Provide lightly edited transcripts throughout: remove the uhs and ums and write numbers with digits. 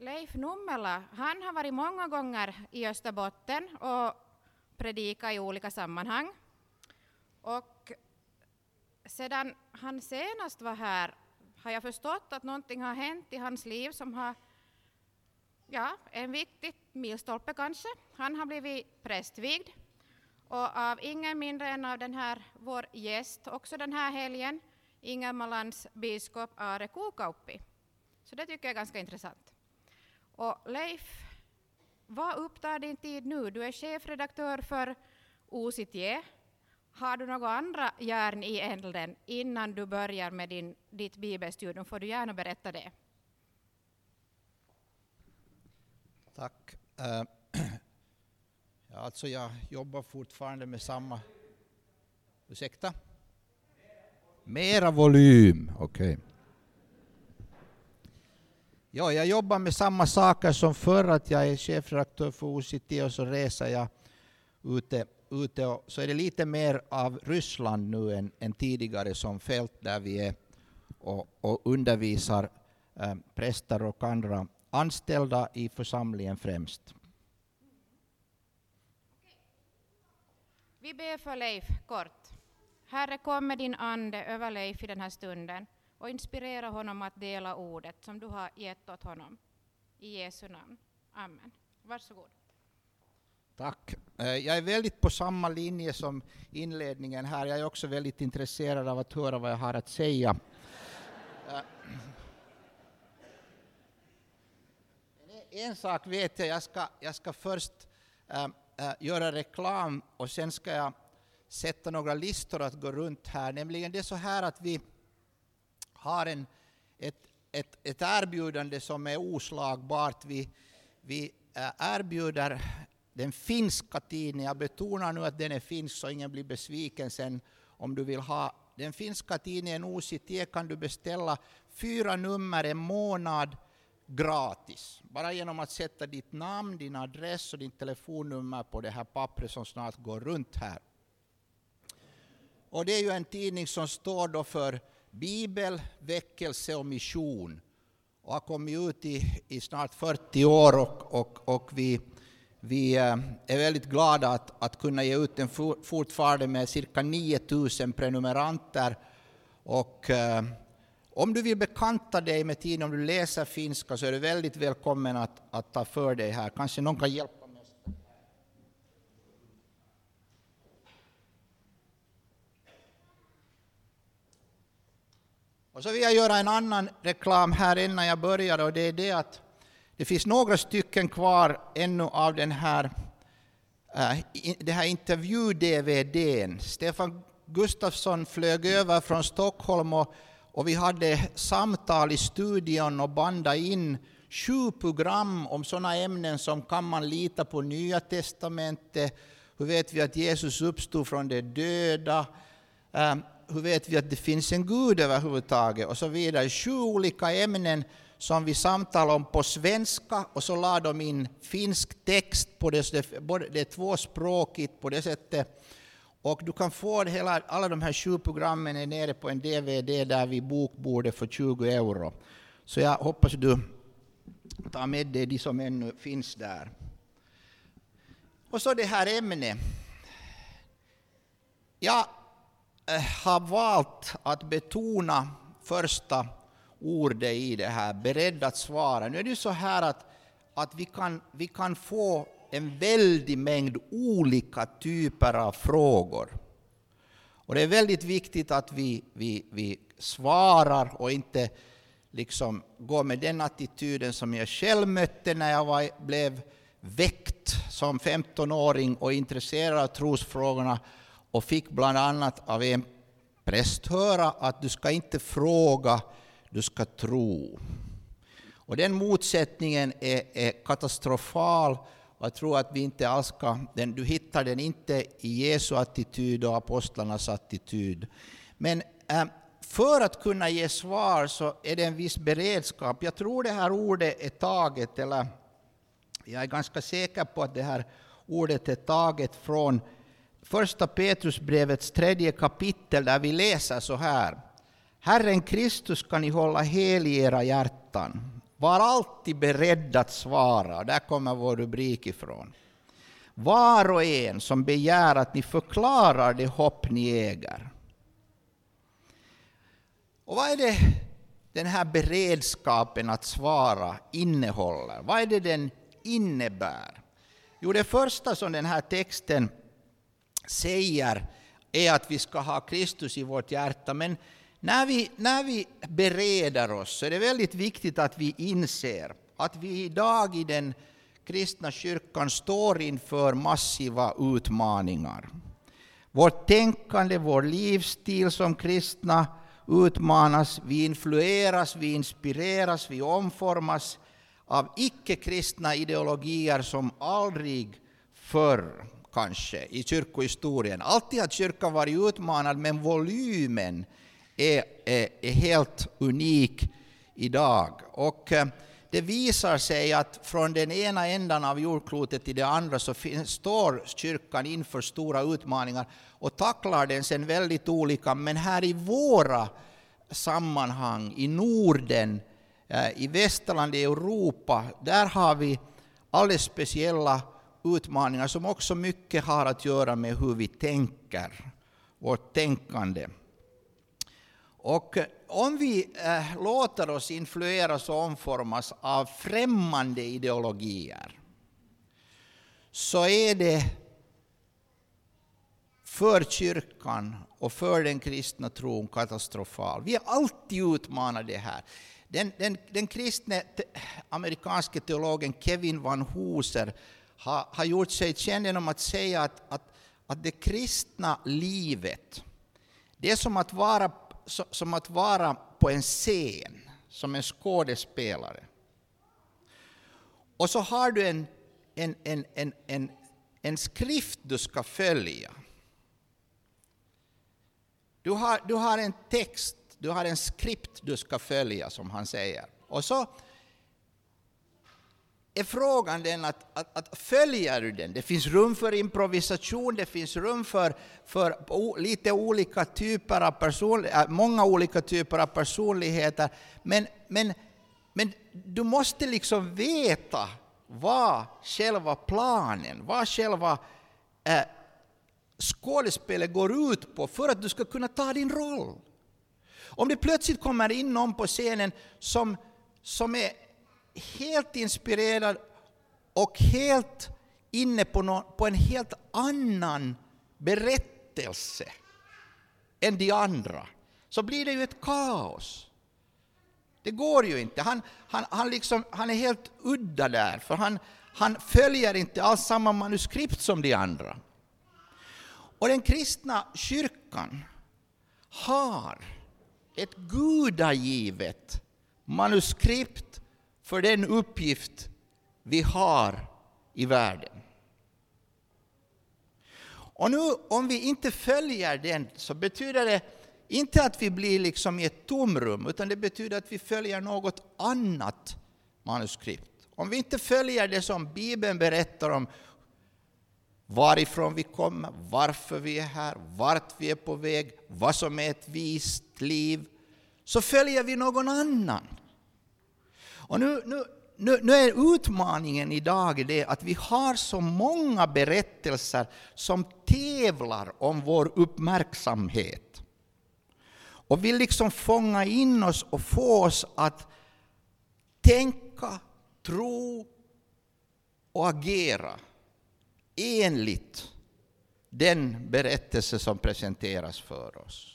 Leif Nummela, han har varit många gånger i Österbotten och predikat i olika sammanhang. Och sedan han senast var här har jag förstått att någonting har hänt i hans liv som har, en viktig milstolpe kanske. Han har blivit prästvigd och av ingen mindre än av den här vår gäst också den här helgen, Ingermanlands biskop Are Kuukauppi. Så det tycker jag är ganska intressant. Och Leif, vad upptar din tid nu? Du är chefredaktör för OCTE. Har du några andra järn i elden innan du börjar med ditt bibelstudium? Får du gärna berätta det. Tack. Alltså jag jobbar fortfarande med samma... Ursäkta? Mera volym, okej. Ja, jag jobbar med samma saker som förr, att jag är chefredaktör för OCT och så reser jag ute och så är det lite mer av Ryssland nu än tidigare som fält där vi är och undervisar präster och andra anställda i församlingen främst. Vi ber för Leif kort. Herre, kom med din ande över Leif i den här stunden och inspirera honom att dela ordet som du har gett åt honom. I Jesu namn. Amen. Varsågod. Tack. Jag är väldigt på samma linje som inledningen här. Jag är också väldigt intresserad av att höra vad jag har att säga. En sak vet jag ska först göra reklam och sen ska jag sätta några listor att gå runt här. Nämligen det är så här att vi har ett erbjudande som är oslagbart. Vi erbjuder den finska tidningen. Jag betonar nu att den är finsk så ingen blir besviken sen om du vill ha. Den finska tidningen OCT kan du beställa 4 nummer en månad gratis. Bara genom att sätta ditt namn, din adress och din telefonnummer på det här pappret som snart går runt här. Och det är ju en tidning som står då för Bibel, väckelse och mission. Och har kommit ut i snart 40 år och vi är väldigt glada att kunna ge ut den fortfarande med cirka 9000 prenumeranter. Och om du vill bekanta dig med tiden, om du läser finska så är du väldigt välkommen att ta för dig här. Kanske någon kan hjälpa mig. Och så vill jag göra en annan reklam här innan jag börjar och det är det att det finns några stycken kvar ännu av det här intervju-DVD:n. Stefan Gustafsson flög över från Stockholm och vi hade samtal i studion och bandade in 7 program om sådana ämnen som kan man lita på Nya testamentet, hur vet vi att Jesus uppstod från de döda, hur vet vi att det finns en Gud överhuvudtaget och så vidare. 7 olika ämnen som vi samtalade om på svenska och så lade de in finsk text på det är tvåspråkigt på det sättet. Och du kan få alla de här 7 programmen är nere på en DVD där vid bokbordet för 20 euro. Så jag hoppas du tar med dig de som ännu finns där. Och så det här ämnet. Jag har valt att betona första ordet i det här, beredd att svara. Nu är det ju så här att vi kan få en väldig mängd olika typer av frågor. Och det är väldigt viktigt att vi svarar och inte liksom går med den attityden som jag själv mötte när jag blev väckt som 15-åring och intresserad av trosfrågorna och fick bland annat av en präst höra att du ska inte fråga, du ska tro. Och den motsättningen är katastrofal. Jag tror att vi inte alls ska, du hittar den inte i Jesu attityd och apostlarnas attityd. Men för att kunna ge svar så är det en viss beredskap. Jag tror det här ordet är taget, eller jag är ganska säker på att det här ordet är taget från första Petrusbrevets 3:e kapitel där vi läser så här. Herren Kristus ska ni hålla hel i era hjärtan. Var alltid beredd att svara. Där kommer vår rubrik ifrån. Var och en som begär att ni förklarar det hopp ni äger. Och vad är det den här beredskapen att svara innehåller? Vad är det den innebär? Jo, det första som den här texten säger är att vi ska ha Kristus i vårt hjärta. Men när vi bereder oss så är det väldigt viktigt att vi inser att vi idag i den kristna kyrkan står inför massiva utmaningar. Vårt tänkande, vår livsstil som kristna utmanas, vi influeras, vi inspireras, vi omformas av icke-kristna ideologier som aldrig förr kanske i kyrkohistorien. Alltid har kyrkan varit utmanad, men volymen är helt unik idag. Och det visar sig att från den ena ändan av jordklotet till det andra så står kyrkan inför stora utmaningar och tacklar den sen väldigt olika. Men här i våra sammanhang, i Norden, i Västerland, i Europa, där har vi alldeles speciella utmaningar som också mycket har att göra med hur vi tänker, vårt tänkande. Och om vi låter oss influeras och omformas av främmande ideologier så är det för kyrkan och för den kristna tron katastrofal. Vi är alltid utmanade här. Den kristne amerikanske teologen Kevin Van Hooser har gjort sig känd genom att säga att det kristna livet, det är som att vara på en scen, som en skådespelare. Och så har du en skrift du ska följa. Du har en text, du har en skript du ska följa, som han säger. Och så är frågan den att följer du den? Det finns rum för improvisation, det finns rum för lite olika typer av många olika typer av personligheter. Men du måste liksom veta vad själva planen, vad själva skådespelet går ut på för att du ska kunna ta din roll. Om det plötsligt kommer in någon på scenen som är helt inspirerad och helt inne på en helt annan berättelse än de andra, så blir det ju ett kaos. Det går ju inte. Han är helt udda där, för han följer inte alls samma manuskript som de andra. Och den kristna kyrkan har ett gudagivet manuskript för den uppgift vi har i världen. Och nu, om vi inte följer den, så betyder det inte att vi blir liksom i ett tomrum, utan det betyder att vi följer något annat manuskript. Om vi inte följer det som Bibeln berättar om, varifrån vi kommer, varför vi är här, vart vi är på väg, vad som är ett vist liv, så följer vi någon annan. Och nu är utmaningen idag det att vi har så många berättelser som tävlar om vår uppmärksamhet och vill liksom fånga in oss och få oss att tänka, tro och agera enligt den berättelse som presenteras för oss.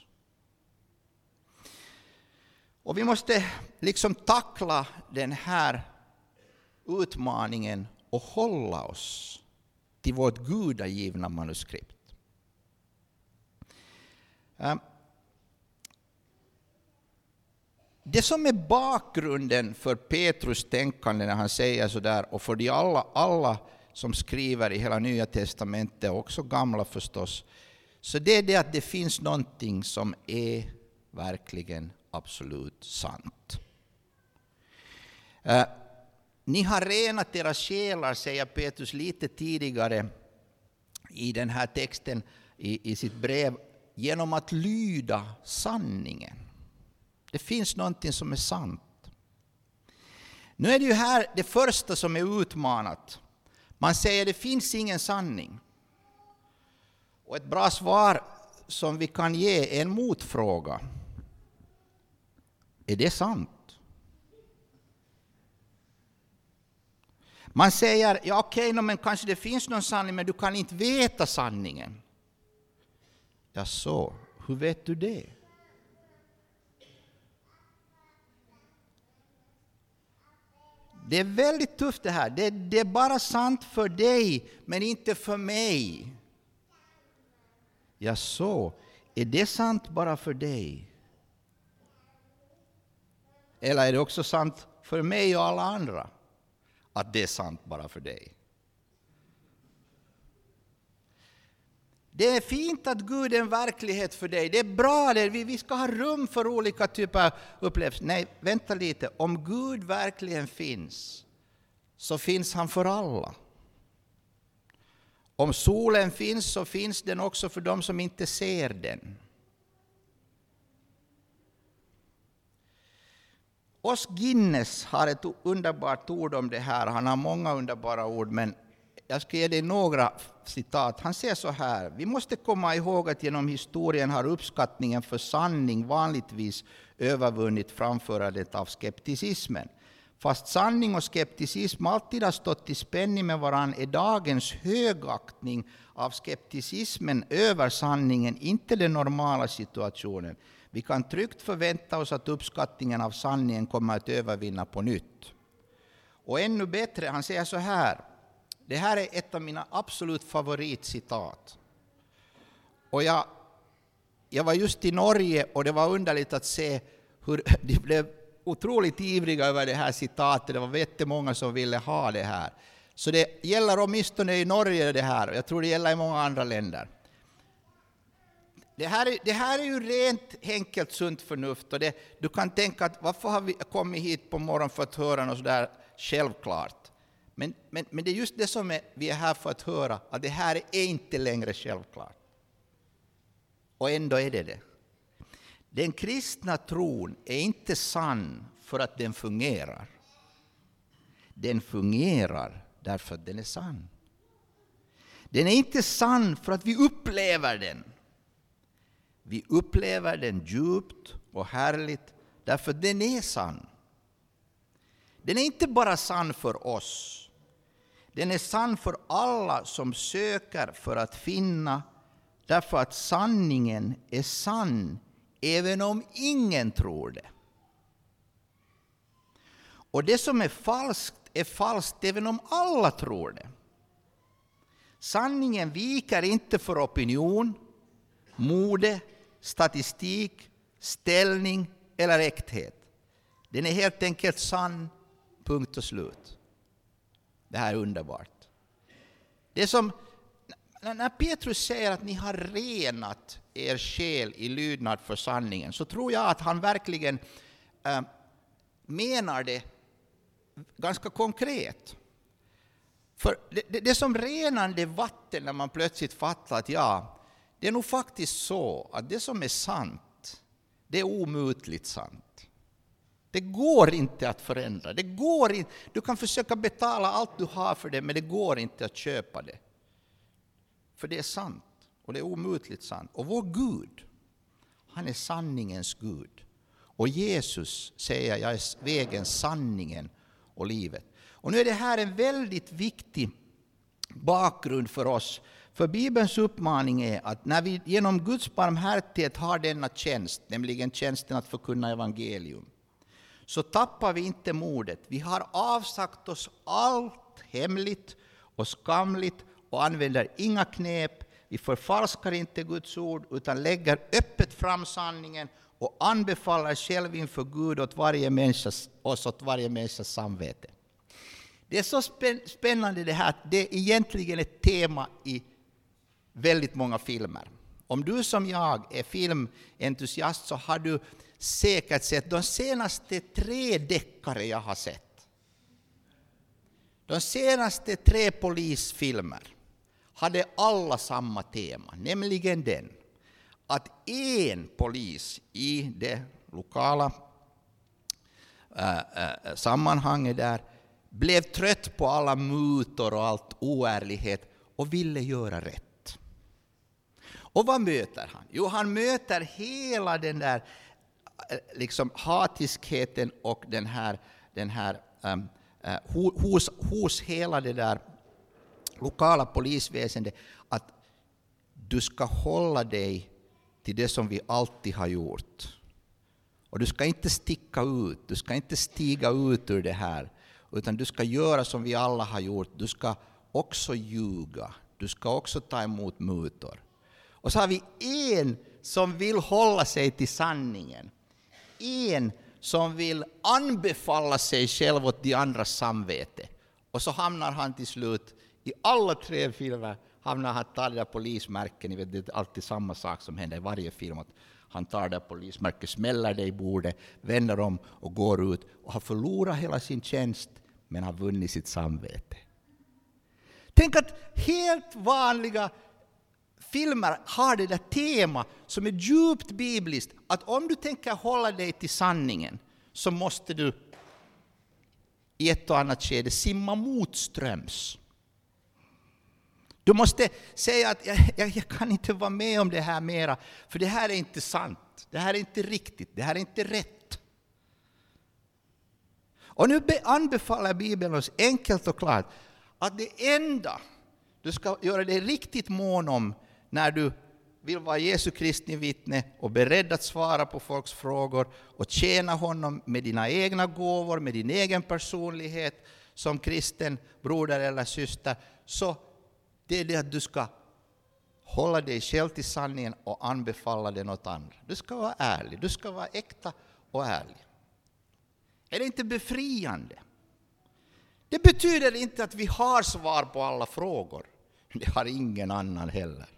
Och vi måste liksom tackla den här utmaningen och hålla oss till vårt gudagivna manuskript. Det som är bakgrunden för Petrus tänkande när han säger så där, och för de alla som skriver i hela Nya testamentet, också gamla förstås, så det är det att det finns någonting som är verkligen absolut sant. Ni har renat era själar, säger Petrus lite tidigare i den här texten i sitt brev, genom att lyda sanningen. Det finns någonting som är sant. Nu är det ju här det första som är utmanat. Man säger att det finns ingen sanning. Och ett bra svar som vi kan ge är en motfråga. Är det sant? Man säger, ja okej, men kanske det finns någon sanning, men du kan inte veta sanningen. Ja, så, hur vet du det? Det är väldigt tufft det här. Det är bara sant för dig, men inte för mig. Ja, så, är det sant bara för dig? Eller är det också sant för mig och alla andra? Att det är sant bara för dig. Det är fint att Gud är en verklighet för dig. Det är bra, vi ska ha rum för olika typer av upplevelser. Nej, vänta lite. Om Gud verkligen finns, så finns han för alla. Om solen finns, så finns den också för de som inte ser den. Os Guinness har ett underbart ord om det här. Han har många underbara ord, men jag ska ge dig några citat. Han säger så här: vi måste komma ihåg att genom historien har uppskattningen för sanning vanligtvis övervunnit framförandet av skepticismen. Fast sanning och skepticism alltid har stått i spänning med varann, är dagens högaktning av skepticismen över sanningen inte den normala situationen. Vi kan tryggt förvänta oss att uppskattningen av sanningen kommer att övervinna på nytt. Och ännu bättre, han säger så här. Det här är ett av mina absolut favoritcitat. Och jag var just i Norge, och det var underligt att se hur de blev otroligt ivriga över det här citatet. Det var jättemånga som ville ha det här. Så det gäller åtminstone i Norge det här. Jag tror det gäller i många andra länder. Det här är ju rent enkelt sunt förnuft. Och du kan tänka att varför har vi kommit hit på morgonen för att höra något sådär självklart? Men det är just det som vi är här för att höra, att det här är inte längre självklart. Och ändå är det. Den kristna tron är inte sann för att den fungerar. Den fungerar därför att den är sann. Den är inte sann för att vi upplever den. Vi upplever den djupt och härligt därför att den är sann. Den är inte bara sann för oss. Den är sann för alla som söker för att finna, därför att sanningen är sann även om ingen tror det. Och det som är falskt även om alla tror det. Sanningen viker inte för opinion, mode, statistik, ställning eller äkthet. Den är helt enkelt sann, punkt och slut. Det här är underbart. Det är som när Petrus säger att ni har renat er själ i lydnad för sanningen, så tror jag att han verkligen menar det ganska konkret. För det är som renande vatten när man plötsligt fattar att det är nog faktiskt så att det som är sant, det är omutligt sant. Det går inte att förändra. Det går inte. Du kan försöka betala allt du har för det, men det går inte att köpa det. För det är sant, och det är omutligt sant. Och vår Gud, han är sanningens Gud. Och Jesus säger, jag är vägen, sanningen och livet. Och nu är det här en väldigt viktig bakgrund för oss. För Bibelns uppmaning är att när vi genom Guds barmhärtighet har denna tjänst, nämligen tjänsten att förkunna evangelium, så tappar vi inte modet. Vi har avsagt oss allt hemligt och skamligt och använder inga knep. Vi förfalskar inte Guds ord utan lägger öppet fram sanningen och anbefaller själv inför Gud åt varje människas samvete. Det är så spännande det här. Det är egentligen ett tema i väldigt många filmer. Om du som jag är filmentusiast, så har du säkert sett de senaste 3 deckare jag har sett. De senaste 3 polisfilmer hade alla samma tema, nämligen den att en polis i det lokala sammanhanget där, blev trött på alla mutor och allt oärlighet och ville göra rätt. Och vad möter han? Jo, han möter hela den där liksom hatiskheten och den här hos hela det där lokala polisväsendet, att du ska hålla dig till det som vi alltid har gjort. Och du ska inte sticka ut, du ska inte stiga ut ur det här, utan du ska göra som vi alla har gjort. Du ska också ljuga, du ska också ta emot mutor. Och så har vi en som vill hålla sig till sanningen. En som vill anbefalla sig själv åt de andras samvete. Och så hamnar han till slut, i alla 3 filmer, hamnar han tar det där polismärken. Ni vet, det är alltid samma sak som händer i varje film. Att han tar det där polismärket, smäller det i bordet, vänder om och går ut. Och har förlorat hela sin tjänst, men har vunnit sitt samvete. Tänk att helt vanliga filmer har det där tema som är djupt bibliskt. Att om du tänker hålla dig till sanningen, så måste du i ett och annat skede simma motströms. Du måste säga att jag kan inte vara med om det här mera, för det här är inte sant. Det här är inte riktigt. Det här är inte rätt. Och nu anbefaller Bibeln oss enkelt och klart att det enda du ska göra dig riktigt mån om när du vill vara Jesu Kristi vittne och beredd att svara på folks frågor och tjäna honom med dina egna gåvor, med din egen personlighet som kristen broder eller syster, så det är det att du ska hålla dig själv till sanningen och anbefalla den åt andra. Du ska vara ärlig, du ska vara äkta och ärlig. Är det inte befriande? Det betyder inte att vi har svar på alla frågor. Det har ingen annan heller.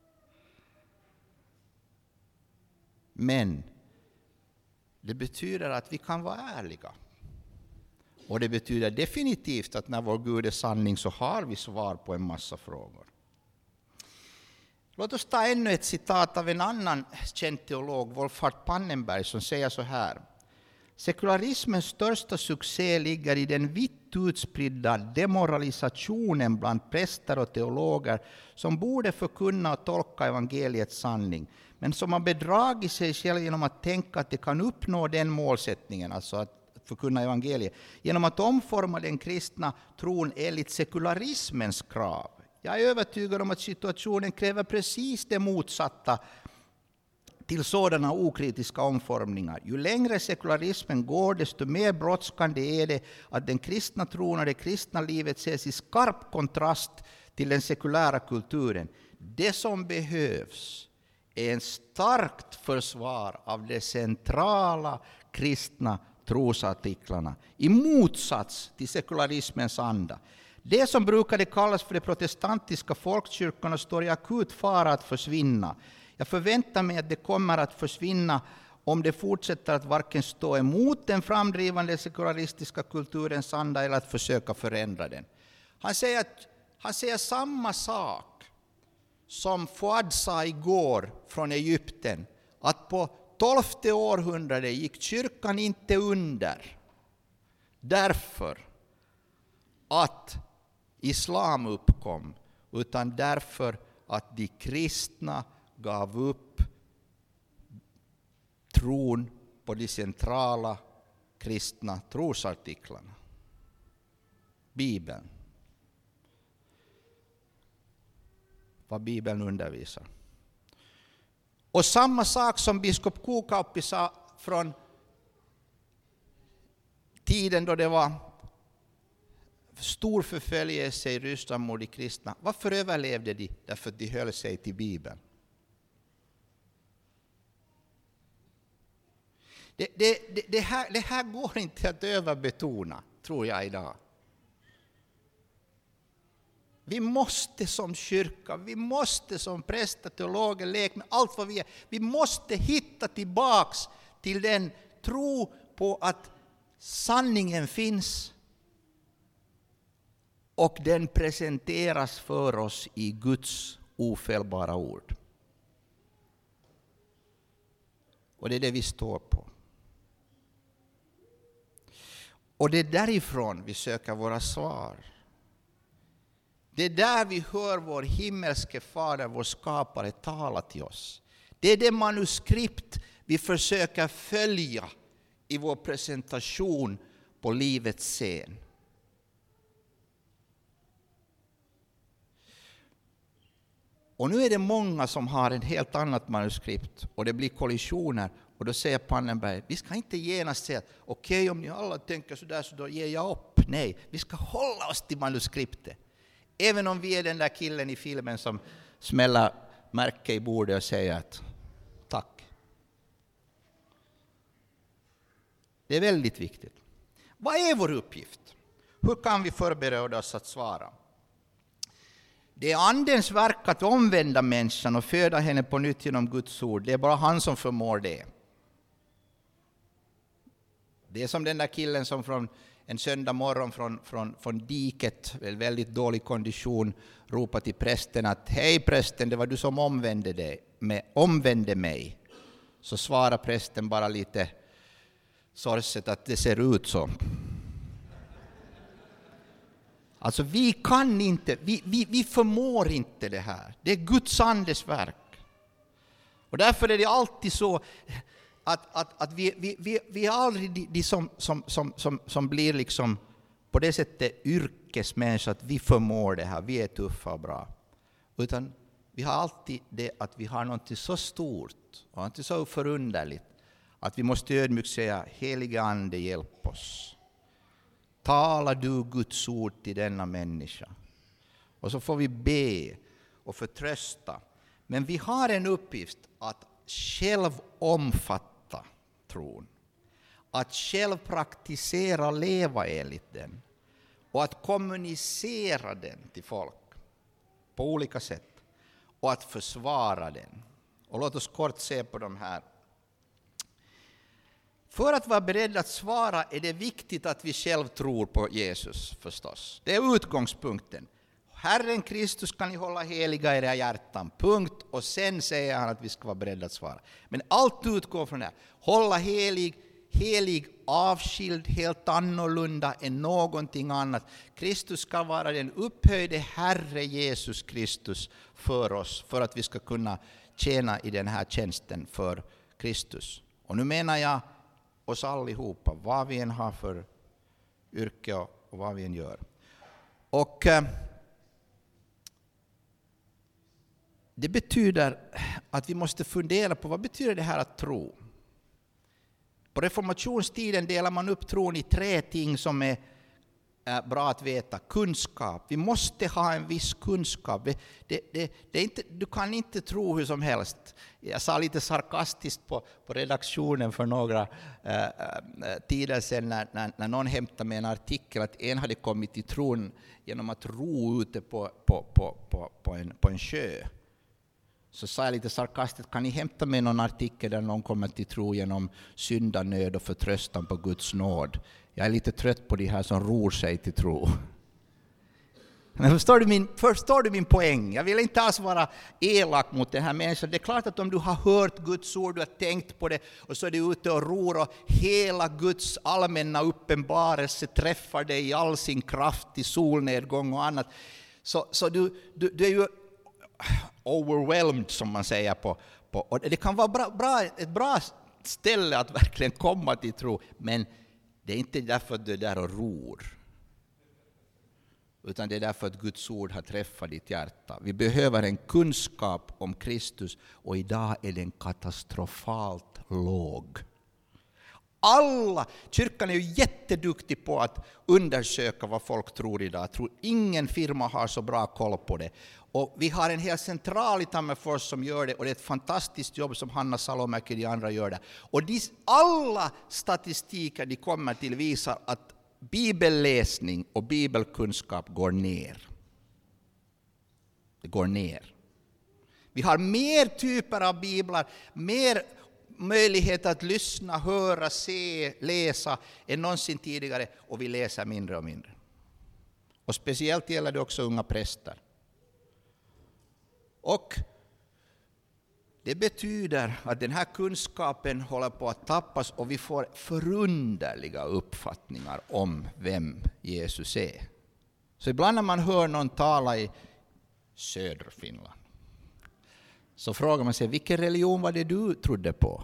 Men det betyder att vi kan vara ärliga. Och det betyder definitivt att när vår Gud är sanning så har vi svar på en massa frågor. Låt oss ta ännu ett citat av en annan känd teolog, Wolfhard Pannenberg, som säger så här. Sekularismens största succé ligger i den vitt utspridda demoralisationen bland präster och teologer som borde förkunna och tolka evangeliets sanning, men som har bedragit sig själv genom att tänka att det kan uppnå den målsättningen, alltså att förkunna evangeliet, genom att omforma den kristna tron enligt sekularismens krav. Jag är övertygad om att situationen kräver precis det motsatta till sådana okritiska omformningar. Ju längre sekularismen går, desto mer brådskande är det att den kristna tron och det kristna livet ses i skarp kontrast till den sekulära kulturen. Det som behövs är en starkt försvar av de centrala kristna trosartiklarna, i motsats till sekularismens anda. Det som brukade kallas för de protestantiska folkkyrkorna står i akut fara att försvinna. Jag förväntar mig att det kommer att försvinna om det fortsätter att varken stå emot den framdrivande sekularistiska kulturens anda eller att försöka förändra den. Han säger samma sak som Fuad sa igår från Egypten, att på 12:e århundradet gick kyrkan inte under därför att islam uppkom, utan därför att de kristna gav upp tron på de centrala kristna trosartiklarna. Bibeln. Vad Bibeln undervisar. Och samma sak som biskop Kuukauppi sa från tiden då det var stor förföljelse i Ryssland mot de kristna. Varför överlevde de? Därför att de höll sig till Bibeln. Det här går inte att överbetona, tror jag idag. Vi måste som kyrka, vi måste som präster, teologer, lekmän, allt vad vi är. Vi måste hitta tillbaks till den tro på att sanningen finns och den presenteras för oss i Guds ofelbara ord. Och det är det vi står på. Och det är därifrån vi söker våra svar. Det är där vi hör vår himmelske fader, vår skapare, tala till oss. Det är det manuskript vi försöker följa i vår presentation på livets scen. Och nu är det många som har ett helt annat manuskript och det blir kollisioner. Och då säger Pannenberg, vi ska inte genast säga att okej, om ni alla tänker sådär så då ger jag upp. Nej, vi ska hålla oss till manuskriptet. Även om vi är den där killen i filmen som smäller märke i bordet och säger att tack. Det är väldigt viktigt. Vad är vår uppgift? Hur kan vi förbereda oss att svara? Det är andens verk att omvända människan och föda henne på nytt genom Guds ord. Det är bara han som förmår det. Det är som den där killen som från en söndag morgon från diket, väldigt dålig kondition, ropade till prästen att hej prästen, det var du som omvände mig. Så svarar prästen bara lite sorgset att det ser ut så. Alltså vi kan inte, vi förmår inte det här. Det är Guds andes verk. Och därför är det alltid så att vi är aldrig de som blir liksom på det sättet yrkesmänniskor att vi förmår det här, vi är tuffa och bra. Utan vi har alltid det att vi har något så stort och något så förunderligt att vi måste ödmjukt säga, heliga ande, hjälp oss. Tala du Guds ord till denna människa. Och så får vi be och förtrösta. Men vi har en uppgift att själv omfatta tron. Att själv praktisera, leva enligt den. Och att kommunicera den till folk på olika sätt. Och att försvara den. Och låt oss kort se på de här. För att vara beredd att svara är det viktigt att vi själv tror på Jesus förstås. Det är utgångspunkten. Herren Kristus kan ni hålla heliga i era hjärtan. Punkt. Och sen säger han att vi ska vara beredda att svara. Men allt utgår från det. Hålla helig, avskild, helt annorlunda än någonting annat. Kristus ska vara den upphöjde Herre Jesus Kristus för oss. För att vi ska kunna tjäna i den här tjänsten för Kristus. Och nu menar jag oss allihopa, vad vi än har för yrke och vad vi än gör. Och det betyder att vi måste fundera på vad betyder det här att tro. På reformationstiden delar man upp tron i 3 ting som är bra att veta. Kunskap. Vi måste ha en viss kunskap. Det är inte, du kan inte tro hur som helst. Jag sa lite sarkastiskt på redaktionen för några tider sedan när någon hämtade med en artikel att en hade kommit till tron genom att ro ute på en sjö. Så sa jag lite sarkastiskt, kan ni hämta med någon artikel där någon kommer till tro genom syndanöd och förtröstan på Guds nåd? Jag är lite trött på de här som ror sig till tro. Men förstår du min poäng? Jag vill inte alls vara elak mot den här människan. Det är klart att om du har hört Guds ord, du har tänkt på det och så är du ute och ror och hela Guds allmänna uppenbarelse träffar dig i all sin kraft i solnedgång och annat. Så du är ju overwhelmed som man säger på. Och det kan vara ett bra ställe att verkligen komma till tro, men det är inte därför att du är där och ror. Utan det är därför att Guds ord har träffat ditt hjärta. Vi behöver en kunskap om Kristus och idag är den katastrofalt låg. Kyrkan är ju jätteduktig på att undersöka vad folk tror idag. Jag tror ingen firma har så bra koll på det. Och vi har en hel central i Tammerfors som gör det och det är ett fantastiskt jobb som Hanna Salomäki och de andra gör det. Och alla statistiker de kommer till visar att bibelläsning och bibelkunskap går ner. Det går ner. Vi har mer typer av biblar, mer möjlighet att lyssna, höra, se, läsa än någonsin tidigare och vi läser mindre och mindre. Och speciellt gäller det också unga präster. Och Det betyder att den här kunskapen håller på att tappas och vi får förunderliga uppfattningar om vem Jesus är. Så ibland när man hör någon tala i södra Finland så frågar man sig, vilken religion var det du trodde på?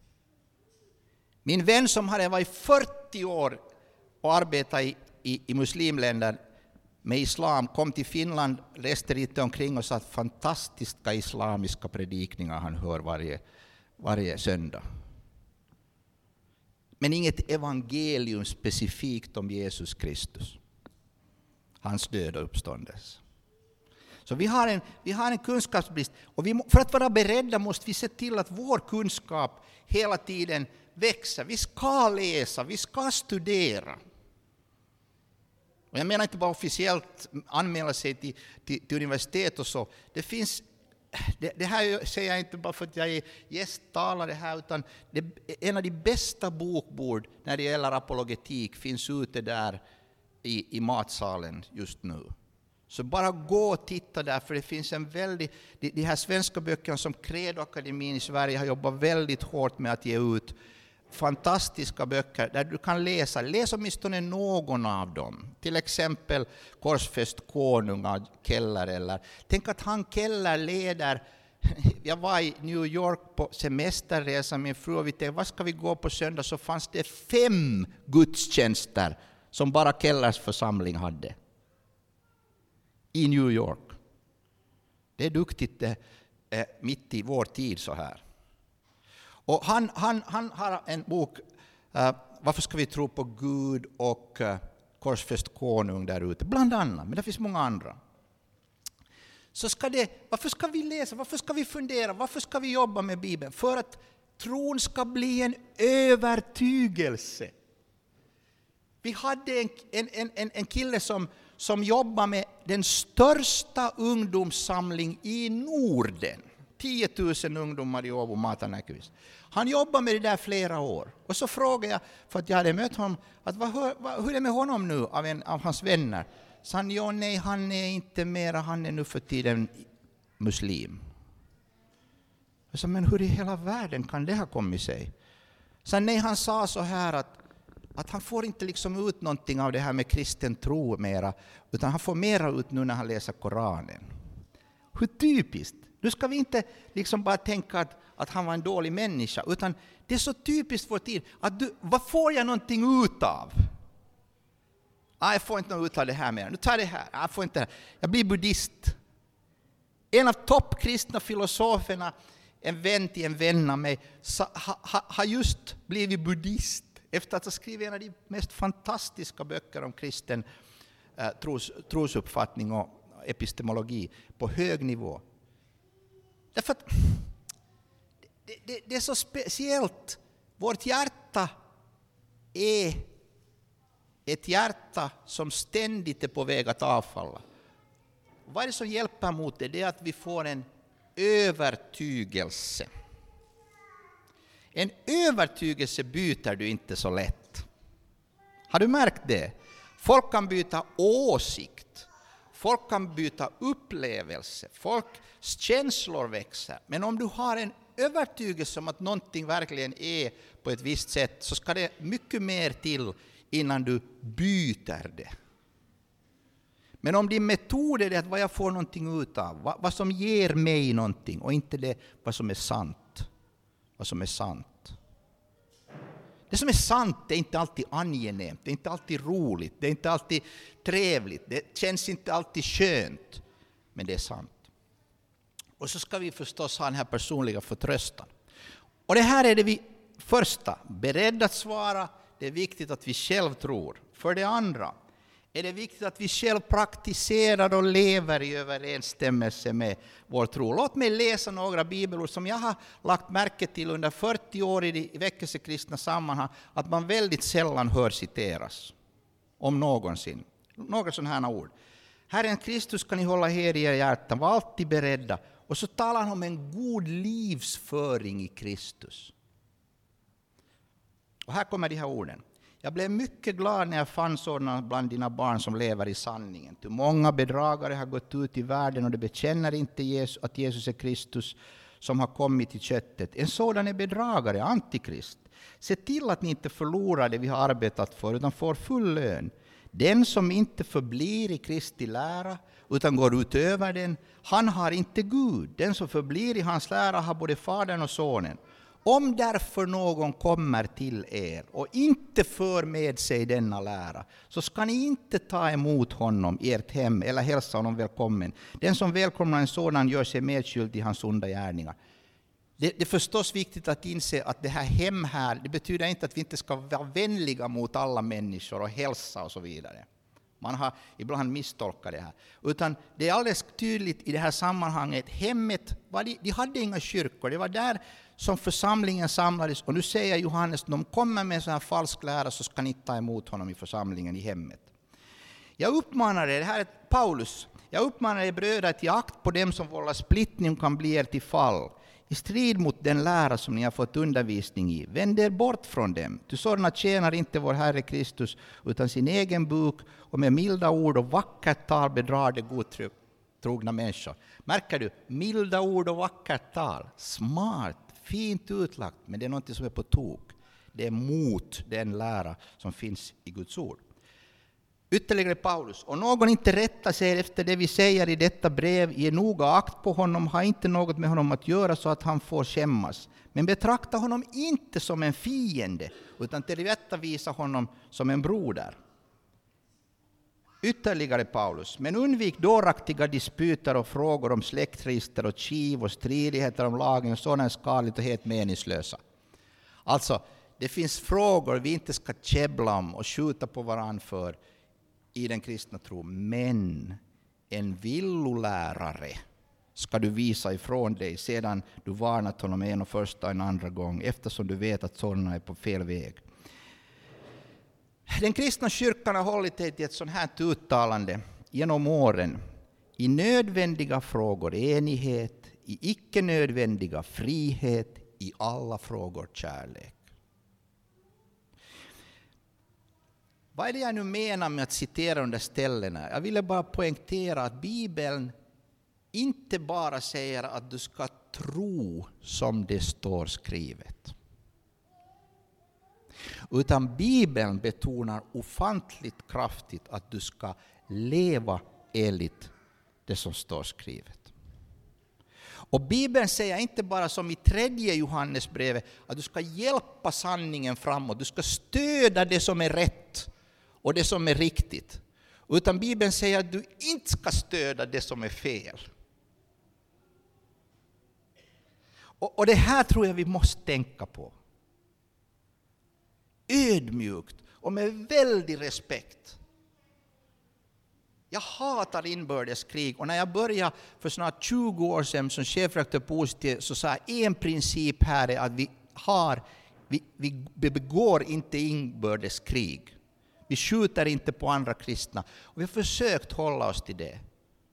Min vän som hade varit 40 år och arbetat i muslimländer med islam kom till Finland, reste lite omkring och sa att fantastiska islamiska predikningar han hör varje söndag. Men inget evangelium specifikt om Jesus Kristus. Hans död och uppståndelse. Så vi har en kunskapsbrist. Och för att vara beredda måste vi se till att vår kunskap hela tiden växer. Vi ska läsa, vi ska studera. Och jag menar inte bara officiellt anmäla sig till universitet och så. Det här säger jag inte bara för att jag är gästtalare här, utan en av de bästa bokbord när det gäller apologetik finns ute där i matsalen just nu. Så bara gå och titta där, för det finns de här svenska böckerna som Credo-akademin i Sverige har jobbat väldigt hårt med att ge ut. Fantastiska böcker där du kan läs åtminstone någon av dem. Till exempel Korsfäst konung av Keller. Eller, tänk att han Keller leder. Jag var i New York på semesterresa med min fru och vi tänkte, vad ska vi gå på söndag? Så fanns det 5 gudstjänster som bara Kellers församling hade. I New York. Det är duktigt mitt i vår tid så här. Och han har en bok, varför ska vi tro på Gud och Korsfäst konung där ute, bland annat, men det finns många andra. Så varför ska vi läsa, varför ska vi fundera, varför ska vi jobba med Bibeln? För att tron ska bli en övertygelse. Vi hade en kille som jobbar med den största ungdomssamling i Norden. 10 000 ungdomar i Åbo Matanäkyvis. Han jobbar med det där flera år. Och så frågade jag, för att jag hade mött honom, att hur är det med honom nu av hans vänner? Så han, nej, han är inte mera, han är nu för tiden muslim. Jag sa, men hur i hela världen kan det ha kommit sig? Så nej, han sa så här att han får inte liksom ut någonting av det här med kristen tro mera, utan han får mera ut nu när han läser Koranen. Hur typiskt! Nu ska vi inte liksom bara tänka att han var en dålig människa, utan det är så typiskt för tid att vad får jag någonting ut av? Jag får inte något ut av det här mer. Nu tar det här. Jag blir buddhist. En av toppkristna filosoferna, en vän till en vän av mig, har just blivit buddhist efter att ha skrivit en av de mest fantastiska böcker om kristen trosuppfattning och epistemologi på hög nivå. Därför att det är så speciellt. Vårt hjärta är ett hjärta som ständigt är på väg att avfalla. Vad är det som hjälper mot det? Det är att vi får en övertygelse. En övertygelse byter du inte så lätt. Har du märkt det? Folk kan byta åsikt. Folk kan byta upplevelse. Folks känslor växer. Men om du har en övertygelse om att någonting verkligen är på ett visst sätt, så ska det mycket mer till innan du byter det. Men om din metod är det att vad jag får någonting ut av, vad som ger mig någonting, och inte det vad som är sant. Vad som är sant. Det som är sant är inte alltid angenämt, det är inte alltid roligt, det är inte alltid trevligt, det känns inte alltid skönt, men det är sant. Och så ska vi förstås ha den här personliga förtröstan. Och det här är det vi första, beredda att svara, det är viktigt att vi själv tror. För det andra är det viktigt att vi själv praktiserar och lever i överensstämmelse med vår tro. Låt mig läsa några bibelord som jag har lagt märke till under 40 år i väckelsekristna sammanhang, att man väldigt sällan hör citeras, om någonsin. Några sådana här ord. Herren Kristus kan ni hålla här i er hjärtan, var alltid beredda. Och så talar han om en god livsföring i Kristus. Och här kommer de här orden. Jag blev mycket glad när jag fann sådana bland dina barn som lever i sanningen. Ty många bedragare har gått ut i världen och de bekänner inte att Jesus är Kristus. som har kommit i köttet. En sådan är bedragare, antikrist. Se till att ni inte förlorar det vi har arbetat för, utan får full lön. Den som inte förblir i Kristi lära, utan går utöver den, han har inte Gud. Den som förblir i hans lära har både Fadern och Sonen. Om därför någon kommer till er och inte för med sig denna lära, så ska ni inte ta emot honom i ert hem eller hälsa honom välkommen. Den som välkomnar en sådan gör sig medskyldig i hans onda gärningar. Det är förstås viktigt att inse att det här hem här, det betyder inte att vi inte ska vara vänliga mot alla människor och hälsa och så vidare. Man har ibland misstolkat det här. Utan det är alldeles tydligt i det här sammanhanget, hemmet, de hade inga kyrkor, det var där som församlingen samlades. Och nu säger Johannes, om de kommer med en sån här falsk lära så ska ni ta emot honom i församlingen i hemmet. Jag uppmanar er, det här är Paulus, jag uppmanar er bröder att ge akt på dem som vållar splittring och kan bli er till fall. I strid mot den lära som ni har fått undervisning i. Vänd er bort från dem. Ty sådana tjänar inte vår Herre Kristus utan sin egen buk, och med milda ord och vackert tal bedrar det godtrogna människor. Märker du? Milda ord och vackert tal. Smart, fint utlagt, men det är något som är på tok. Det är mot den lära som finns i Guds ord. Ytterligare Paulus, och någon inte rättar sig efter det vi säger i detta brev, ge noga akt på honom, ha inte något med honom att göra så att han får skämmas. Men betrakta honom inte som en fiende, utan tillrättavisa honom som en broder. Ytterligare Paulus, men undvik dåraktiga disputer och frågor om släktregister och kiv och stridigheter om lagen, sådana är skadligt och helt meningslösa. Alltså, det finns frågor vi inte ska käbbla om och skjuta på varann för i den kristna tro, men en villolärare ska du visa ifrån dig sedan du varnat honom en och första och en andra gång, eftersom du vet att sådana är på fel väg. Den kristna kyrkan har hållit sig till ett sådant här uttalande genom åren. I nödvändiga frågor enighet, i icke nödvändiga frihet, i alla frågor kärlek. Vad är det jag nu menar med att citera de där ställena? Jag ville bara poängtera att Bibeln inte bara säger att du ska tro som det står skrivet. Utan Bibeln betonar ofantligt kraftigt att du ska leva enligt det som står skrivet. Och Bibeln säger inte bara som i 3 Johannesbrevet att du ska hjälpa sanningen framåt, du ska stödja det som är rätt och det som är riktigt. Utan Bibeln säger att du inte ska stödja det som är fel. Och det här tror jag vi måste tänka på. Ödmjukt och med väldig respekt. Jag hatar inbördeskrig, och när jag började för snart 20 år sedan som chefredaktör på OST så sa jag en princip här är att vi begår inte inbördeskrig. Vi skjuter inte på andra kristna. Och vi har försökt hålla oss till det.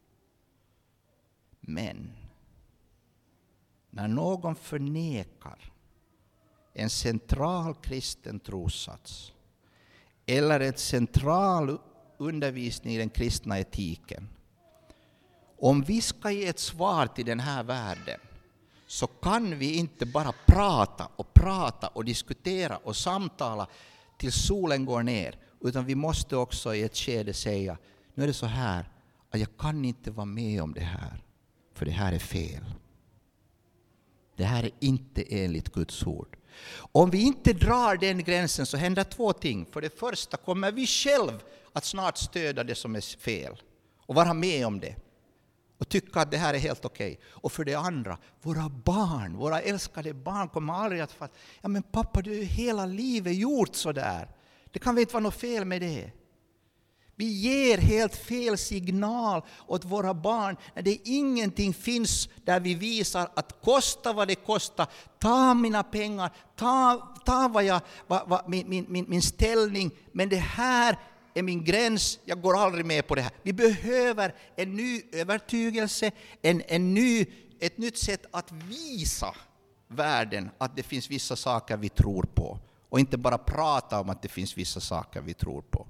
Men när någon förnekar en central kristen trossats eller ett central undervisning i den kristna etiken, om vi ska ge ett svar till den här världen, så kan vi inte bara prata och diskutera och samtala till solen går ner, utan vi måste också i ett skede säga, nu är det så här att jag kan inte vara med om det här, för det här är fel. Det här är inte enligt Guds ord. Om vi inte drar den gränsen så händer 2 ting. För det första kommer vi själv att snart stödja det som är fel och vara med om det och tycka att det här är helt okej. Och för det andra, våra älskade barn kommer aldrig att fatta, ja men pappa, du har ju hela livet gjort så där. Det kan väl inte vara något fel med det. Vi ger helt fel signal åt våra barn när det ingenting finns där vi visar att kosta vad det kostar, ta mina pengar, ta min ställning, men det här är min gräns, jag går aldrig med på det här. Vi behöver en ny övertygelse, ett nytt sätt att visa världen att det finns vissa saker vi tror på, och inte bara prata om att det finns vissa saker vi tror på.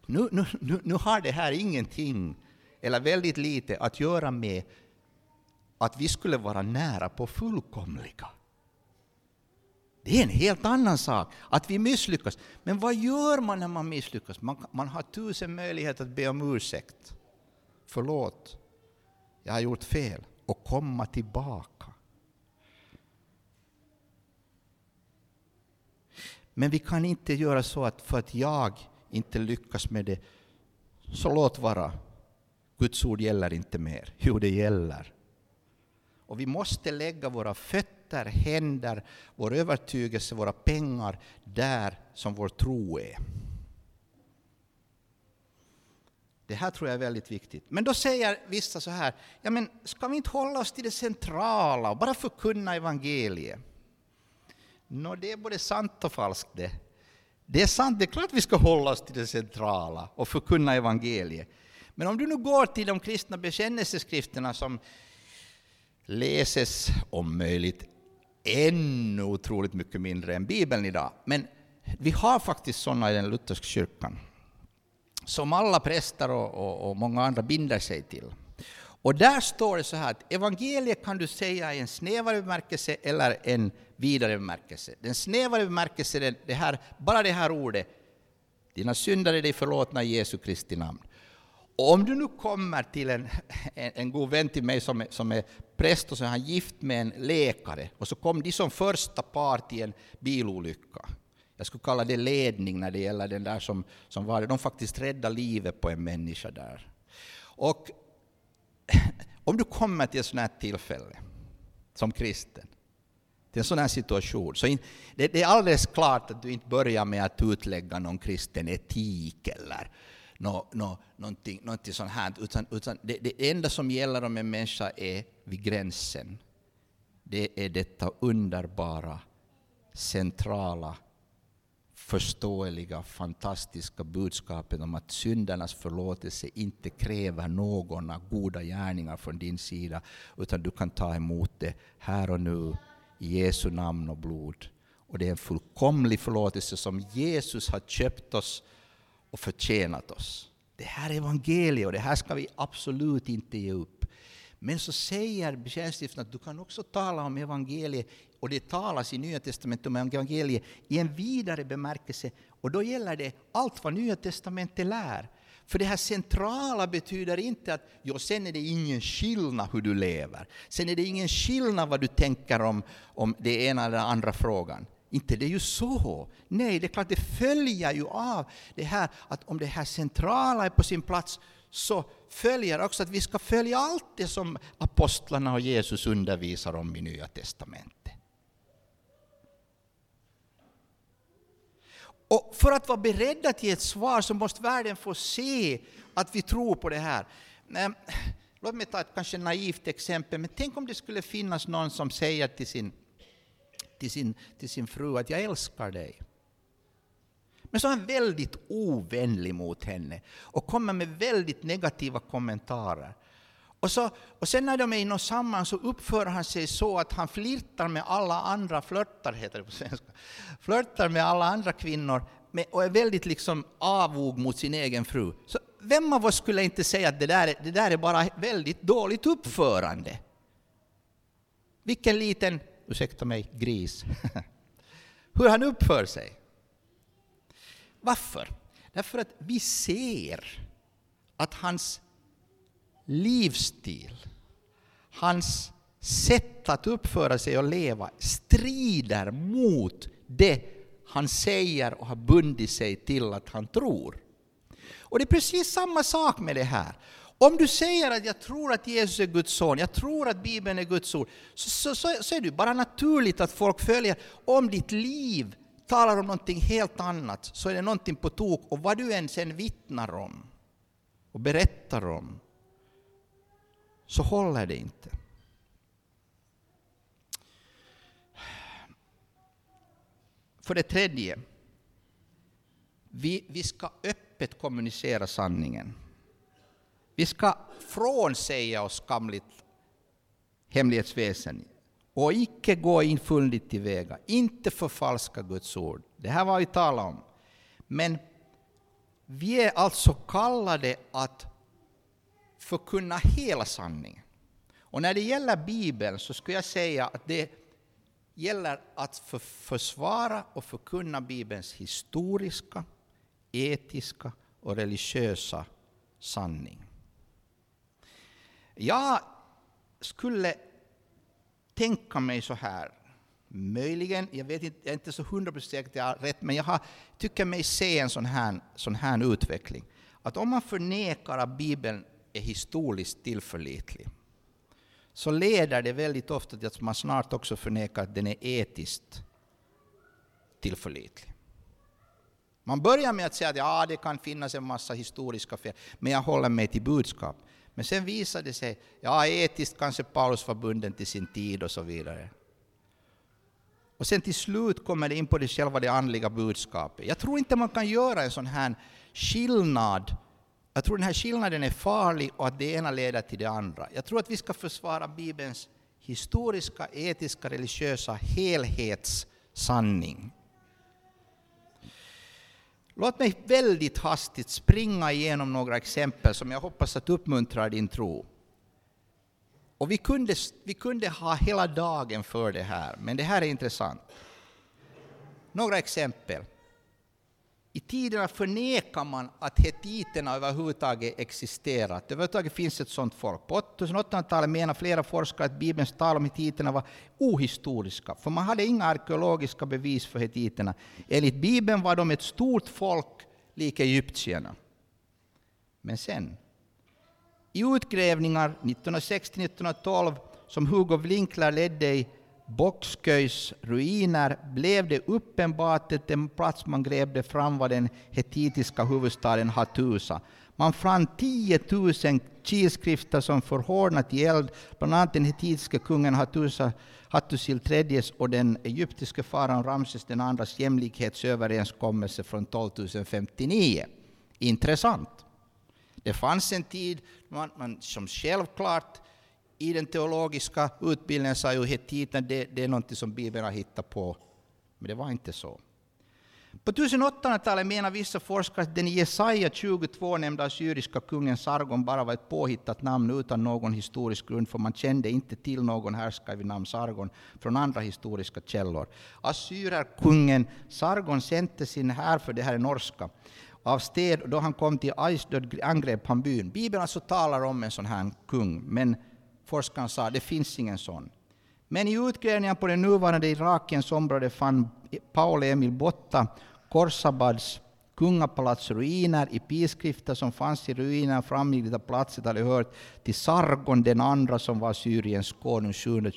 Nu har det här ingenting eller väldigt lite att göra med att vi skulle vara nära på fullkomliga. Det är en helt annan sak att vi misslyckas. Men vad gör man när man misslyckas? Man har 1000 möjligheter att be om ursäkt. Förlåt, jag har gjort fel. Och komma tillbaka. Men vi kan inte göra så att för att jag inte lyckas med det, så låt vara. Guds ord gäller inte mer. Jo, det gäller. Och vi måste lägga våra fötter, händer, vår övertygelse, våra pengar där som vår tro är. Det här tror jag är väldigt viktigt. Men då säger vissa så här, ja men ska vi inte hålla oss till det centrala och bara förkunna evangeliet? Det är både sant och falskt det. Det är sant, det är klart vi ska hålla oss till det centrala och förkunna evangeliet. Men om du nu går till de kristna bekännelseskrifterna som läses om möjligt ännu otroligt mycket mindre än Bibeln idag. Men vi har faktiskt sådana i den lutherska kyrkan som alla präster och många andra binder sig till. Och där står det så här att evangeliet kan du säga i en snävare bemärkelse eller en vidare bemärkelse. Den snävare bemärkelsen är bara det här ordet. Dina synder är dig förlåtna i Jesu Kristi namn. Och om du nu kommer till en god vän till mig som är präst och så är han gift med en läkare och så kom de som första par till en bilolycka. Jag skulle kalla det ledning när det gäller den där som var det. De faktiskt räddade livet på en människa där. Och om du kommer till ett sådant här tillfälle som kristen, till en sån här situation, så det är alldeles klart att du inte börjar med att utlägga någon kristen etik eller någonting sånt här, utan det enda som gäller om en människa är vid gränsen. Det är detta underbara, centrala, förståeliga, fantastiska budskapet om att syndernas förlåtelse inte kräver några goda gärningar från din sida, utan du kan ta emot det här och nu i Jesu namn och blod. Och det är en fullkomlig förlåtelse som Jesus har köpt oss och förtjänat oss. Det här är evangeliet och det här ska vi absolut inte ge upp. Men så säger bekännelseskriften att du kan också tala om evangeliet, och det talas i Nya testamentet om evangeliet i en vidare bemärkelse, och då gäller det allt vad Nya testamentet lär. För det här centrala betyder inte att sen är det ingen skillnad hur du lever. Sen är det ingen skillnad vad du tänker om det ena eller andra frågan. Inte det är ju så. Nej, det är klart det följer ju av det här att om det här centrala är på sin plats, så följer också att vi ska följa allt det som apostlarna och Jesus undervisar om i Nya testamentet. Och för att vara beredda till ett svar så måste världen få se att vi tror på det här. Låt mig ta ett kanske naivt exempel, men tänk om det skulle finnas någon som säger till sin fru att jag älskar dig. Men så är han väldigt ovänlig mot henne och kommer med väldigt negativa kommentarer. Och sen när de är i något samman så uppför han sig så att han flirtar med alla andra, heter det på svenska, flirtar med alla andra kvinnor och är väldigt liksom avog mot sin egen fru. Så vem av oss skulle inte säga att det där är bara väldigt dåligt uppförande? Vilken liten, ursäkta mig, gris. Hur han uppför sig. Varför? Därför att vi ser att hans livsstil, hans sätt att uppföra sig och leva strider mot det han säger och har bundit sig till att han tror. Och det är precis samma sak med det här. Om du säger att jag tror att Jesus är Guds son, jag tror att Bibeln är Guds ord, så är det bara naturligt att folk följer. Om ditt liv talar om någonting helt annat, så är det någonting på tok. Och vad du än sen vittnar om och berättar om, så håller det inte. För det tredje, vi ska öppet kommunicera sanningen. Vi ska frånsäga oss skamligt hemlighetsväsen och icke gå infulligt tillväga, inte förfalska Guds ord. Det här var vi talade om. Men vi är alltså kallade att förkunna hela sanningen. Och när det gäller Bibeln så skulle jag säga att det gäller att försvara och förkunna Bibelns historiska, etiska och religiösa sanning. Jag skulle tänka mig så här, möjligen, jag vet inte, jag är inte så 100% säker att jag har rätt, men jag tycker mig se en sån här utveckling. Att om man förnekar att Bibeln är historiskt tillförlitlig, så leder det väldigt ofta till att man snart också förnekar att den är etiskt tillförlitlig. Man börjar med att säga att det kan finnas en massa historiska fel, men jag håller mig till budskap. Men sen visar det sig, etiskt kanske Paulus var bunden till sin tid och så vidare. Och sen till slut kommer det in på det andliga budskapet. Jag tror inte man kan göra en sån här skillnad. Jag tror den här skillnaden är farlig och att det ena leder till det andra. Jag tror att vi ska försvara Bibelns historiska, etiska, religiösa helhetssanning. Låt mig väldigt hastigt springa igenom några exempel som jag hoppas att uppmuntrar din tro. Och vi kunde ha hela dagen för det här, men det här är intressant. Några exempel. I tiderna förnekar man att hetiterna överhuvudtaget existerat. Överhuvudtaget finns ett sådant folk. På 1800-talet menar flera forskare att Bibelns tal om hetiterna var ohistoriska, för man hade inga arkeologiska bevis för hetiterna. Enligt Bibeln var de ett stort folk, lika egyptierna. Men sen, i utgrävningar 1960-1912 som Hugo Winkler ledde i Boxköys ruiner, blev det uppenbart att den plats man grävde fram var den hetitiska huvudstaden Hattusa. Man fann 10 000 kilskrifter som förhårdnat i eld, bland annat den hetitiska kungen Hattusil III och den egyptiske faraon Ramses IIs jämlikhetsöverenskommelse från 1259. Intressant. Det fanns en tid man som självklart i den teologiska utbildningen sa ju hetiterna det är något som Bibeln har hittat på. Men det var inte så. På 1800-talet menar vissa forskare att den i Jesaja 22 nämnda assyriska kungen Sargon bara var ett påhittat namn utan någon historisk grund, för man kände inte till någon härskare vid namn Sargon från andra historiska källor. Assyrerkungen Sargon sände sin här, för det här är norska, av sted, då han kom till Aisdod angrep han byn. Bibeln alltså talar om en sån här kung, men forskaren sa det finns ingen sån. Men i utgrävningen på det nuvarande Irakiens område fann Paul Emil Botta Korsabads kungapalatsruiner i piskrifter som fanns i ruinerna framgick att platsen hade hört till Sargon den andra som var Syriens konung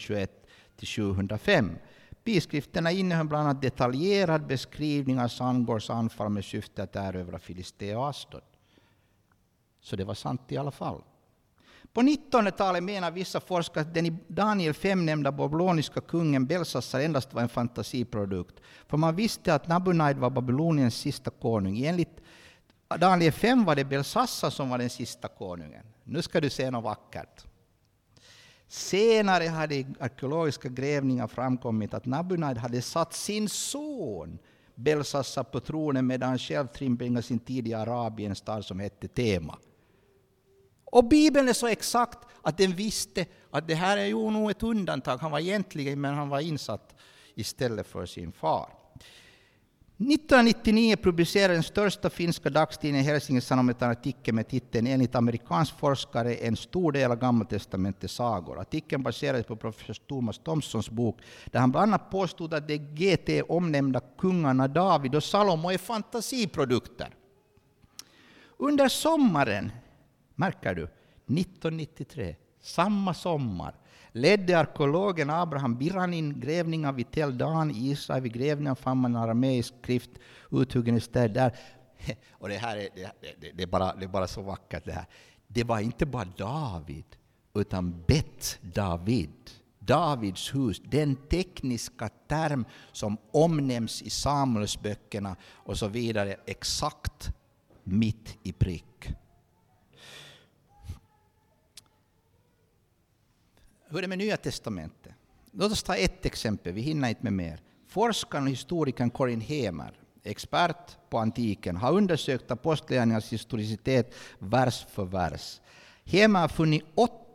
721-705. Piskrifterna innehöll bland annat detaljerad beskrivning av Sangors anfall med syfte att erövra Filistea och Asdod. Så det var sant i alla fall. På 1900-talet menar vissa forskare att den i Daniel 5 nämnda babyloniska kungen Belsassar endast var en fantasiprodukt. För man visste att Nabonid var Babyloniens sista konung. Enligt Daniel 5 var det Belsassar som var den sista konungen. Nu ska du se något vackert. Senare hade i arkeologiska grävningar framkommit att Nabonid hade satt sin son Belsassar på tronen medan han själv tillbringade sin tid i Arabien, en stad som hette Tema. Och Bibeln är så exakt att den visste att det här är ju nog ett undantag. Han var egentligen, men han var insatt istället för sin far. 1999 publicerade den största finska dagstidningen Helsingin Sanomat en artikel med titeln enligt amerikansk forskare en stor del av Gammaltestamentets sagor. Artikeln baserades på professor Thomas Thomsons bok där han bland annat påstod att de GT omnämnda kungarna David och Salomo är fantasiprodukter. Under sommaren, märker du, 1993, samma sommar, ledde arkeologen Abraham Biranin grävningar vid Tel Dan i Israel. Vid grävningen fann man en arameisk skrift uthuggen i städer där. Och det här är bara så vackert det här. Det var inte bara David, utan Bet David. Davids hus, den tekniska term som omnämns i Samuelsböckerna och så vidare, exakt mitt i prick. Hur är det med Nya testamentet? Låt oss ta ett exempel, vi hinner inte med mer. Forskaren och historikern Corinne Hemer, expert på antiken, har undersökt apostlagärningarnas historicitet vers för vers. Hemer har funnit 8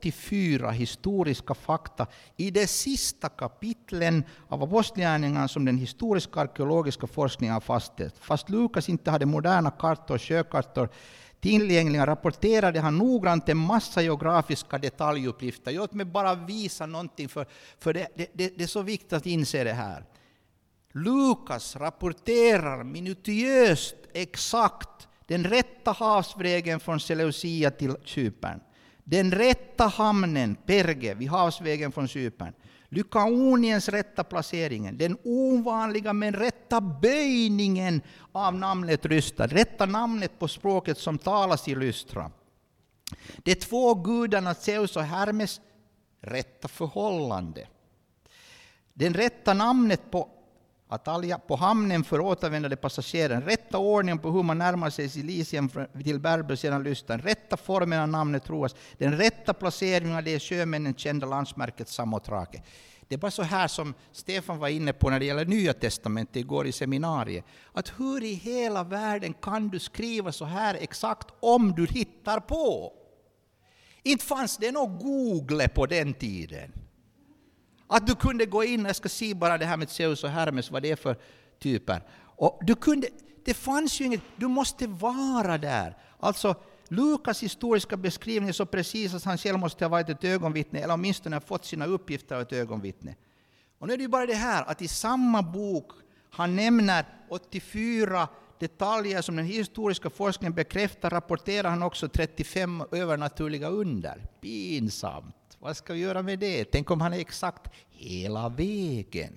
84 historiska fakta i de sista kapitlen av apostlagärningarna som den historiska arkeologiska forskningen har fastställt. Fast Lukas inte hade moderna kartor och sjökartor tillgängliga rapporterade han noggrant en massa geografiska detaljuppgifter. Låt mig bara visa någonting, för det är så viktigt att inse det här. Lukas rapporterar minutiöst exakt den rätta havsvägen från Seleucia till Cypern. Den rätta hamnen, Perge, vid havsvägen från Cypern. Lykaoniens rätta placeringen. Den ovanliga men rätta böjningen av namnet Lystra. Rätta namnet på språket som talas i Lystra. De två gudarna Zeus och Hermes, rätta förhållande. Den rätta namnet på Atalia på hamnen för återvändande passagerare. Rätta ordningen på hur man närmar sig Silicien till Berber sedan Lystan. Rätta formen av namnet Troas. Den rätta placeringen av det sjömännen kända landsmärket Samotrake. Det är bara så här som Stefan var inne på när det gäller Nya testamentet igår i seminariet. Att hur i hela världen kan du skriva så här exakt om du hittar på? Inte fanns det något Google på den tiden. Att du kunde gå in, jag ska se bara det här med Zeus och Hermes, vad det är för typer. Och det fanns ju inget, du måste vara där. Alltså, Lukas historiska beskrivning är så precis att han själv måste ha varit ett ögonvittne, eller åtminstone ha fått sina uppgifter av ett ögonvittne. Och nu är det ju bara det här, att i samma bok han nämner 84 detaljer som den historiska forskningen bekräftar, rapporterar han också 35 övernaturliga under. Pinsamt. Vad ska vi göra med det? Tänk om han är exakt hela vägen.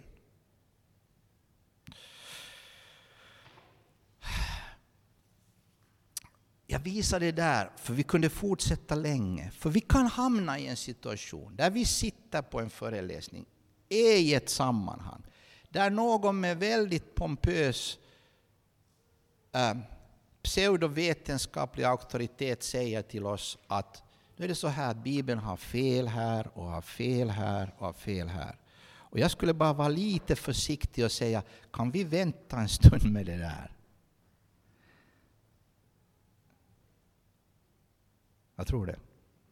Jag visar det där, för vi kunde fortsätta länge. För vi kan hamna i en situation där vi sitter på en föreläsning, är i ett sammanhang, där någon med väldigt pompös pseudovetenskaplig auktoritet säger till oss att nu är det så här att Bibeln har fel här och har fel här och har fel här. Och jag skulle bara vara lite försiktig och säga, kan vi vänta en stund med det där? Jag tror det.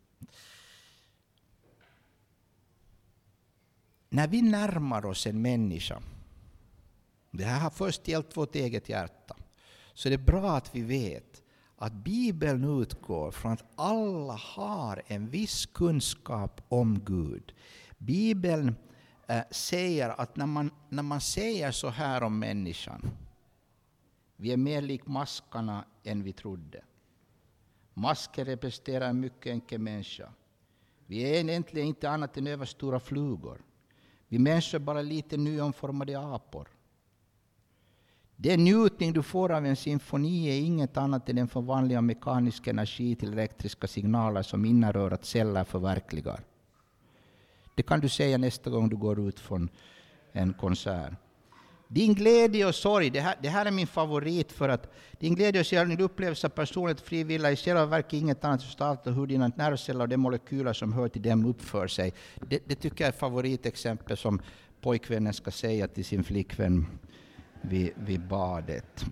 När vi närmar oss en människa, det här har först gällt vårt eget hjärta, så det är bra att vi vet att Bibeln utgår från att alla har en viss kunskap om Gud. Bibeln säger att när man säger så här om människan, vi är mer lik maskarna än vi trodde. Masker representerar en mycket enkel människa. Vi är egentligen inte annat än överstora flugor. Vi människor är bara lite nyomformade apor. Den njutning du får av en symfoni är inget annat än en förvandling av mekanisk energi till elektriska signaler som innerrörat celler förverkligar. Det kan du säga nästa gång du går ut från en konsert. Din glädje och sorg, det här är min favorit, för att din glädje och sorg, din upplevelse av personligt frivilliga i själva verket inget annat resultat av hur dina nervceller och de molekyler som hör till dem uppför sig. Det tycker jag är ett favoritexempel som pojkvännen ska säga till sin flickvän vid badet.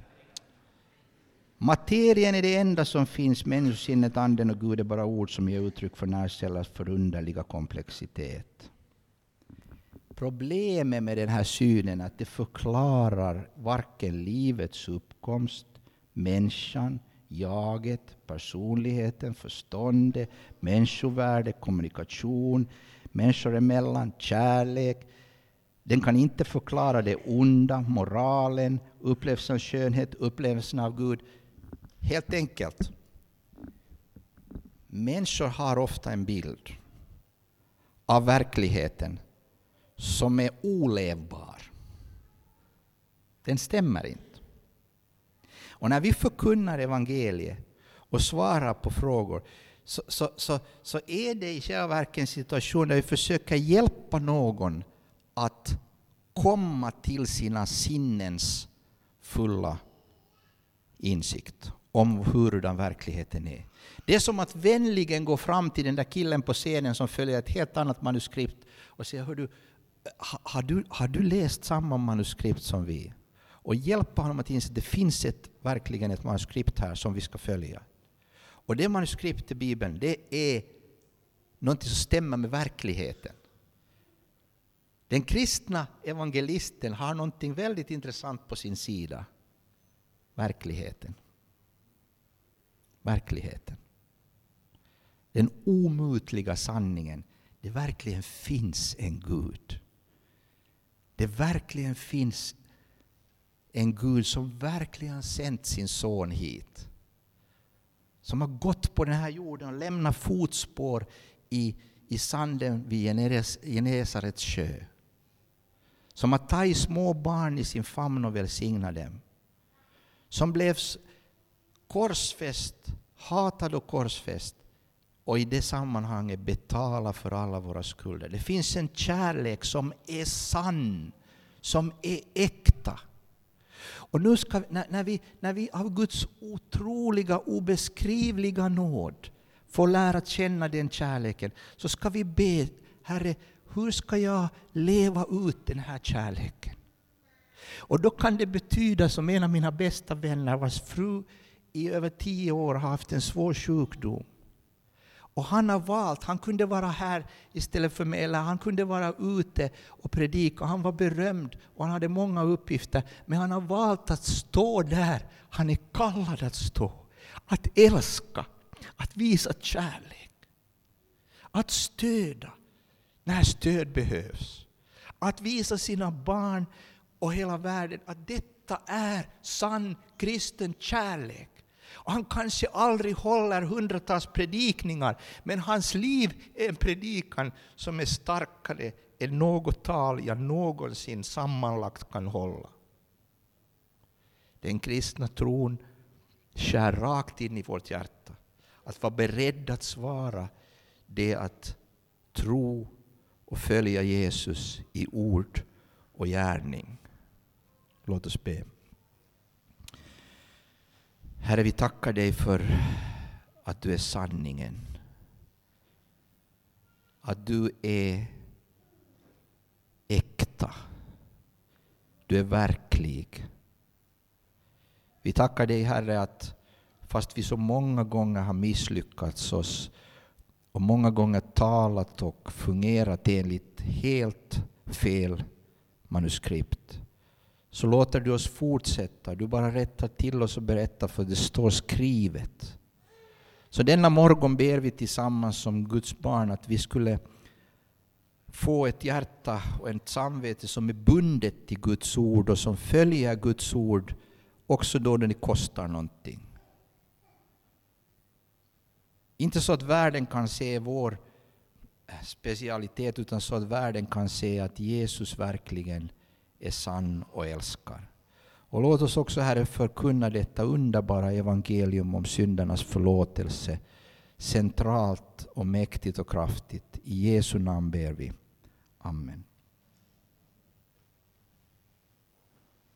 Materien är det enda som finns, människosinnet, anden och Gud är bara ord som ger uttryck för nervcellers förunderliga komplexitet. Problemet med den här synen är att det förklarar varken livets uppkomst, människan, jaget, personligheten, förståndet, människovärde, kommunikation, människor emellan, kärlek. Den kan inte förklara det onda, moralen, upplevelsen av skönhet, upplevelsen av Gud. Helt enkelt. Människor har ofta en bild av verkligheten som är olevbar. Den stämmer inte. Och när vi förkunnar evangeliet och svarar på frågor så är det i själva verket en situation där vi försöker hjälpa någon att komma till sina sinnens fulla insikt om hurdan verkligheten är. Det är som att vänligen gå fram till den där killen på scenen som följer ett helt annat manuskript och säga, har du läst samma manuskript som vi? Och hjälpa honom att inse att det finns verkligen ett manuskript här som vi ska följa. Och det manuskript i Bibeln, det är någonting som stämmer med verkligheten. Den kristna evangelisten har någonting väldigt intressant på sin sida. Verkligheten. Verkligheten. Den omutliga sanningen. Det verkligen finns en Gud. Det verkligen finns en Gud som verkligen sänt sin son hit. Som har gått på den här jorden och lämnat fotspår i sanden vid Genesarets sjö. Som har tagit små barn i sin famn och välsignat dem. Som blev korsfäst, hatad och korsfäst. Och i det sammanhanget betala för alla våra skulder. Det finns en kärlek som är sann, som är äkta. Och nu ska när vi av Guds otroliga, obeskrivliga nåd får lära känna den kärleken, så ska vi be, Herre, hur ska jag leva ut den här kärleken? Och då kan det betyda, som en av mina bästa vänner, vars fru i över 10 år har haft en svår sjukdom. Och han har valt, han kunde vara här istället för mig, eller han kunde vara ute och predika. Han var berömd och han hade många uppgifter. Men han har valt att stå där. Han är kallad att stå. Att älska. Att visa kärlek. Att stödja när stöd behövs. Att visa sina barn och hela världen att detta är sann kristen kärlek. Och han kanske aldrig håller 100-tals predikningar, men hans liv är en predikan som är starkare än något tal jag någonsin sammanlagt kan hålla. Den kristna tron skär rakt in i vårt hjärta. Att vara beredd att svara, det att tro och följa Jesus i ord och gärning. Låt oss be. Herre, vi tackar dig för att du är sanningen. Att du är äkta. Du är verklig. Vi tackar dig, Herre, att fast vi så många gånger har misslyckats oss och många gånger talat och fungerat enligt helt fel manuskript, så låter du oss fortsätta. Du bara rättar till oss och berättar, för det står skrivet. Så denna morgon ber vi tillsammans som Guds barn att vi skulle få ett hjärta och ett samvete som är bundet till Guds ord och som följer Guds ord också då det kostar någonting. Inte så att världen kan se vår specialitet, utan så att världen kan se att Jesus verkligen är sann och älskar. Och låt oss också, Herre, förkunna detta underbara evangelium om syndernas förlåtelse centralt och mäktigt och kraftigt. I Jesu namn ber vi. Amen.